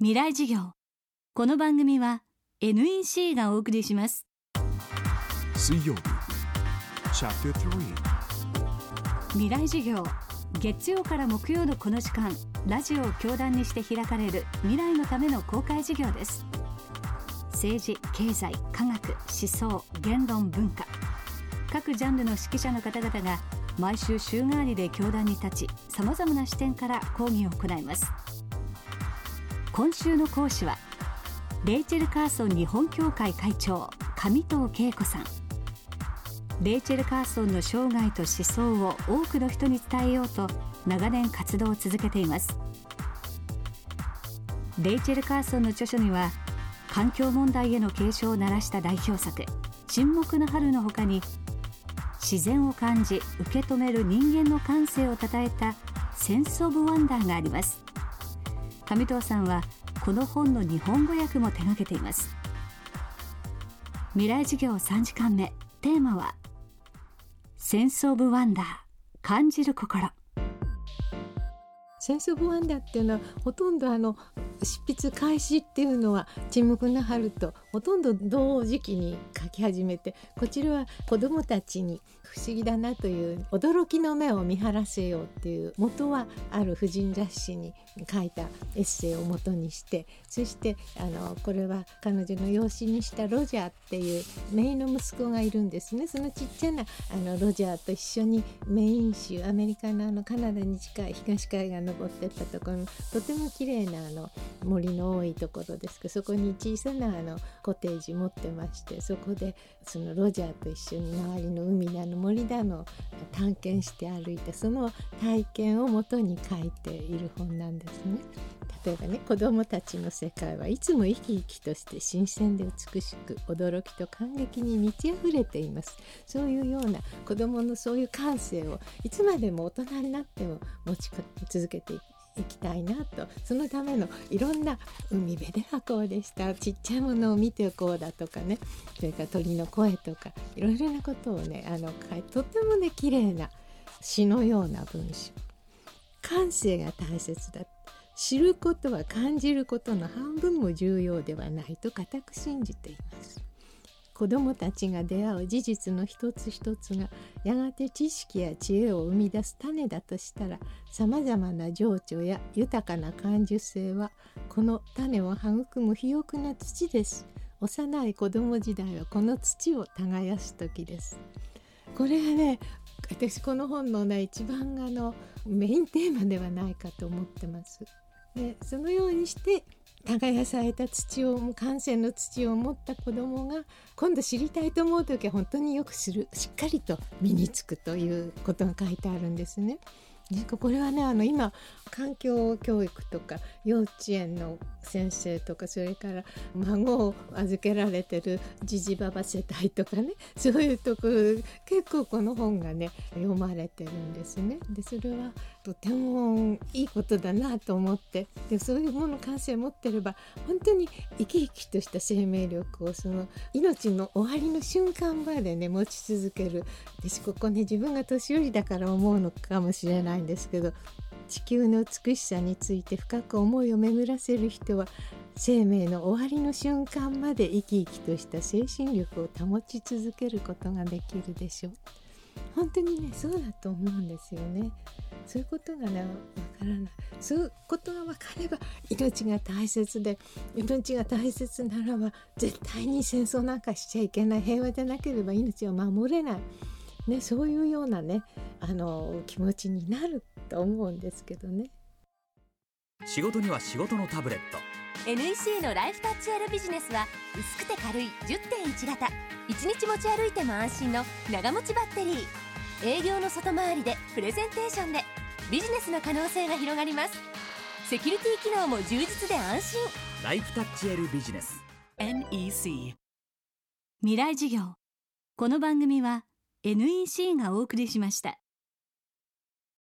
未来授業。この番組は NEC がお送りします。 水曜日チャプター3 未来授業。月曜から木曜のこの時間、ラジオを教壇にして開かれる未来のための公開授業です。政治、経済、科学、思想、言論、文化、各ジャンルの指揮者の方々が毎週週替わりで教壇に立ち、さまざまな視点から講義を行います。今週の講師はレイチェル・カーソン日本協会会長、上藤恵子さん。レイチェル・カーソンの生涯と思想を多くの人に伝えようと長年活動を続けています。レイチェル・カーソンの著書には、環境問題への警鐘を鳴らした代表作沈黙の春の他に、自然を感じ受け止める人間の感性をたたえたセンス・オブ・ワンダーがあります。上藤さんはこの本の日本語訳も手掛けています。未来授業3時間目、テーマはセンス・オブ・ワンダー、感じる心。 センス・オブ・ワンダーっていうのは、ほとんど執筆開始っていうのは沈黙の春とほとんど同時期に書き始めて、こちらは子どもたちに不思議だなという驚きの目を見張らせようっていう、元はある婦人雑誌に書いたエッセイを元にして、そしてこれは彼女の養子にしたロジャーっていう姪の息子がいるんですね。そのちっちゃなロジャーと一緒にメイン州、アメリカのカナダに近い東海岸登っていったところのとても綺麗な森の多いところですけど、そこに小さなコテージ持ってまして、そこでそのロジャーと一緒に周りの海だの森だの探検して歩いて、その体験をもとに書いている本なんですね。例えばね、子どもたちの世界はいつも生き生きとして新鮮で美しく、驚きと感激に満ち溢れています。そういうような子どものそういう感性をいつまでも大人になっても持ち続けていきたいなと。そのためのいろんな、海辺ではこうでした、ちっちゃいものを見てこうだとかね、それから鳥の声とかいろいろなことをね書いて、とてもね綺麗な詩のような文章。感性が大切だ。知ることは感じることの半分も重要ではないと固く信じています。子どもたちが出会う事実の一つ一つがやがて知識や知恵を生み出す種だとしたら、さまざまな情緒や豊かな感受性はこの種を育む肥沃な土です。幼い子ども時代はこの土を耕す時です。これがね、私この本のね一番メインテーマではないかと思ってます。でそのようにして耕された土を、感性の土を持った子どもが今度知りたいと思うときは本当によくする、しっかりと身につくということが書いてあるんですね。これはね今環境教育とか幼稚園の先生とか、それから孫を預けられてるじじばば世帯とかね、そういうところ結構この本がね読まれてるんですね。でそれはとてもいいことだなと思って、でそういうもの感性を持ってれば本当に生き生きとした生命力をその命の終わりの瞬間までね持ち続ける。私ここね、自分が年寄りだから思うのかもしれないんですけど、地球の美しさについて深く思いを巡らせる人は生命の終わりの瞬間まで生き生きとした精神力を保ち続けることができるでしょう。本当にねそうだと思うんですよね。そういうことがねわからない。そういうことが分かれば命が大切で、命が大切ならば絶対に戦争なんかしちゃいけない、平和でなければ命を守れないね、そういうようなね気持ちになると思うんですけどね。 仕事には仕事のタブレット、 NEC のライフタッチ L ビジネスは薄くて軽い 10.1 型、1日持ち歩いても安心の長持ちバッテリー。営業の外回りでプレゼンテーションでビジネスの可能性が広がります。セキュリティ機能も充実で安心。 ライフタッチ L ビジネス NEC。 未来授業。この番組は NEC がお送りしました。